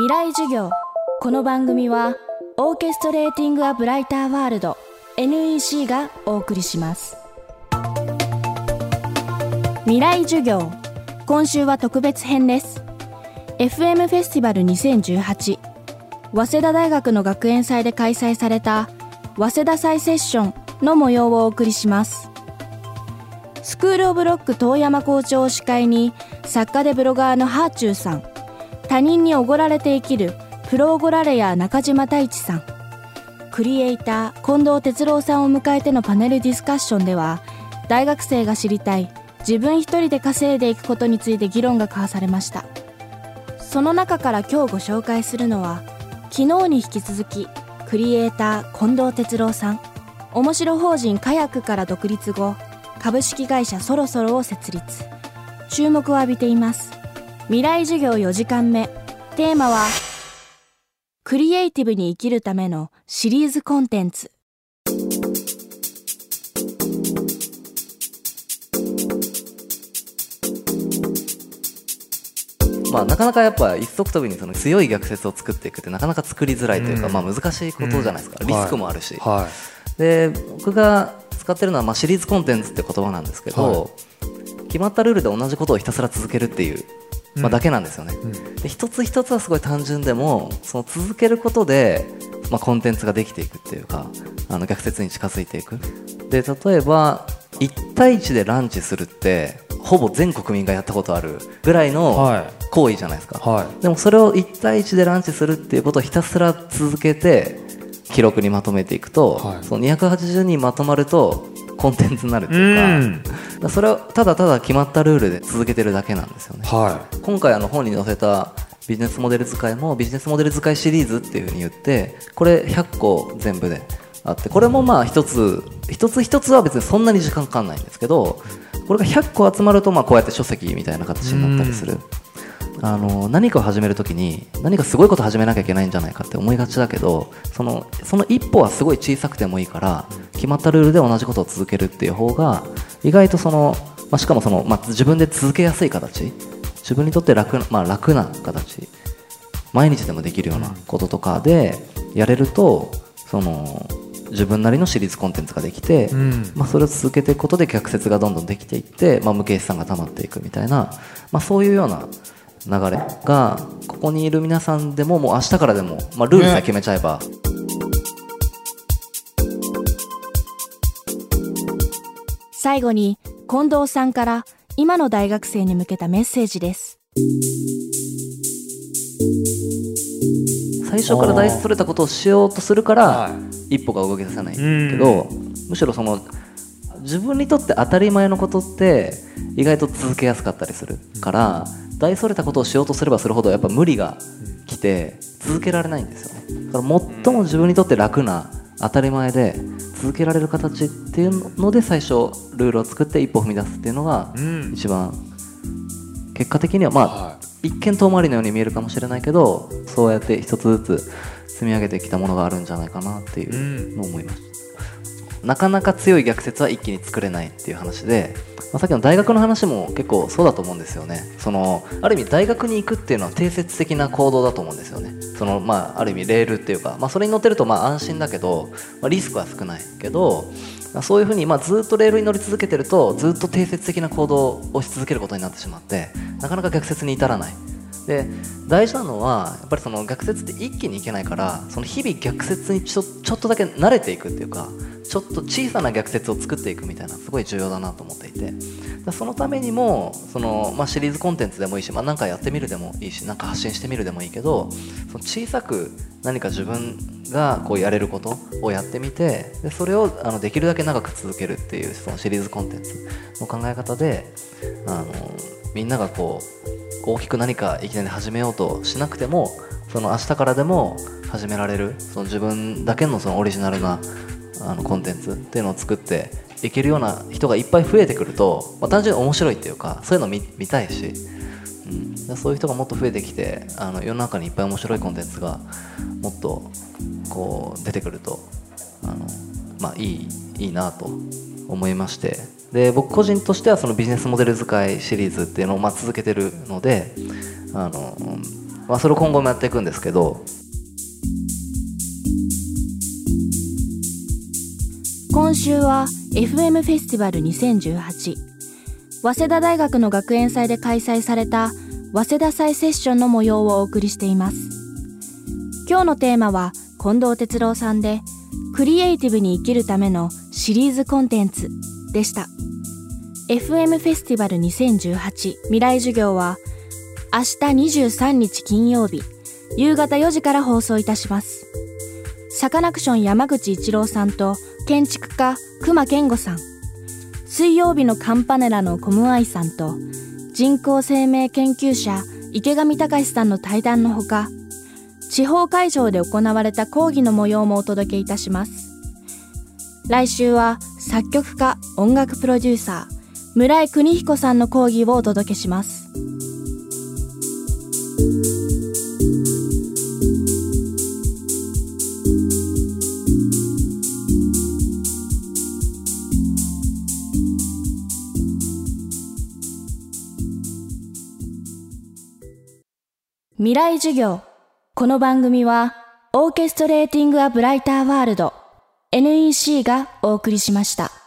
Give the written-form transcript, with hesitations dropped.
未来授業。この番組はオーケストレーティングアブライターワールド NEC がお送りします。未来授業、今週は特別編です。 FM フェスティバル2018、早稲田大学の学園祭で開催された早稲田祭セッションの模様をお送りします。スクールオブロック遠山校長を司会に、作家でブロガーのハーチューさん、他人におごられて生きるプロおごられや中島太一さん、クリエイター近藤哲郎さんを迎えてのパネルディスカッションでは、大学生が知りたい自分一人で稼いでいくことについて議論が交わされました。その中から今日ご紹介するのは、昨日に引き続きクリエイター近藤哲郎さん、面白法人カヤックから独立後、株式会社そろそろを設立、注目を浴びています。未来授業4時間目、テーマはクリエイティブに生きるためのシリーズコンテンツ。 なかなかやっぱ一足飛びにその強い逆説を作っていくってなかなか作りづらいというか、難しいことじゃないですか、リスクもあるし、で僕が使ってるのはシリーズコンテンツって言葉なんですけど、決まったルールで同じことをひたすら続けるっていうだけなんですよね。で一つ一つはすごい単純でも、その続けることで、コンテンツができていくっていうか、逆説に近づいていく。で例えば1対1でランチするってほぼ全国民がやったことあるぐらいの行為じゃないですか、でもそれを1対1でランチするっていうことをひたすら続けて記録にまとめていくと、その280人まとまるとコンテンツになるっていうか、それをただただ決まったルールで続けてるだけなんですよね。今回本に載せたビジネスモデル使いもビジネスモデル使いシリーズっていう風に言って、これ100個全部であって、これも一つ一つは別にそんなに時間かかんないんですけど、これが100個集まるとこうやって書籍みたいな形になったりする。何かを始めるときに何かすごいこと始めなきゃいけないんじゃないかって思いがちだけど、その一歩はすごい小さくてもいいから、決まったルールで同じことを続けるっていう方が意外としかも自分で続けやすい形、自分にとって楽な形、毎日でもできるようなこととかでやれると、自分なりのシリーズコンテンツができて、それを続けていくことで逆説がどんどんできていって、無形資産が溜まっていくみたいな、そういうような流れがここにいる皆さんでも、もう明日からでも、ルールさえ決めちゃえば、 最後に近藤さんから今の大学生に向けたメッセージです。 最初から大それたことをしようとするから一歩が動き出せないけど、むしろ自分にとって当たり前のことって意外と続けやすかったりするから、大それたことをしようとすればするほどやっぱ無理が来て続けられないんですよね。だから最も自分にとって楽な当たり前で続けられる形っていうので、最初ルールを作って一歩踏み出すっていうのが一番結果的には一見遠回りのように見えるかもしれないけど、そうやって一つずつ積み上げてきたものがあるんじゃないかなっていうのを思いました。なかなか強い逆説は一気に作れないっていう話で、さっきの大学の話も結構そうだと思うんですよね。ある意味大学に行くっていうのは定説的な行動だと思うんですよね。ある意味レールっていうか、それに乗ってると安心だけど、リスクは少ないけど、そういうふうにずっとレールに乗り続けてると、ずっと定説的な行動をし続けることになってしまって、なかなか逆説に至らない。で大事なのはやっぱり逆説って一気にいけないから、日々逆説にちょっとだけ慣れていくっていうか、ちょっと小さな逆説を作っていくみたいな、すごい重要だなと思っていて、そのためにもシリーズコンテンツでもいいし、何かやってみるでもいいし、何か発信してみるでもいいけど、小さく何か自分がやれることをやってみて、でそれをできるだけ長く続けるっていうシリーズコンテンツの考え方で、みんなが大きく何かいきなり始めようとしなくても、明日からでも始められる自分だけのオリジナルなコンテンツっていうのを作っていけるような人がいっぱい増えてくると、単純に面白いっていうか、そういうの見たいし、そういう人がもっと増えてきて、世の中にいっぱい面白いコンテンツがもっと出てくるといいなと思いまして、で僕個人としてはビジネスモデル使いシリーズっていうのを続けてるので、 それを今後もやっていくんですけど、 今週は FM フェスティバル2018、早稲田大学の学園祭で開催された早稲田祭セッションの模様をお送りしています。今日のテーマは近藤哲郎さんで、クリエイティブに生きるためのシリーズコンテンツでした。FM フェスティバル2018未来授業は明日23日金曜日夕方4時から放送いたします。サカナクション山口一郎さんと建築家隈研吾さん、水曜日のカンパネラのコムアイさんと人工生命研究者池上隆さんの対談のほか、地方会場で行われた講義の模様もお届けいたします。来週は作曲家音楽プロデューサー村井邦彦さんの講義をお届けします。未来授業。この番組はオーケストレーティング・ア・ブライター・ワールド NEC がお送りしました。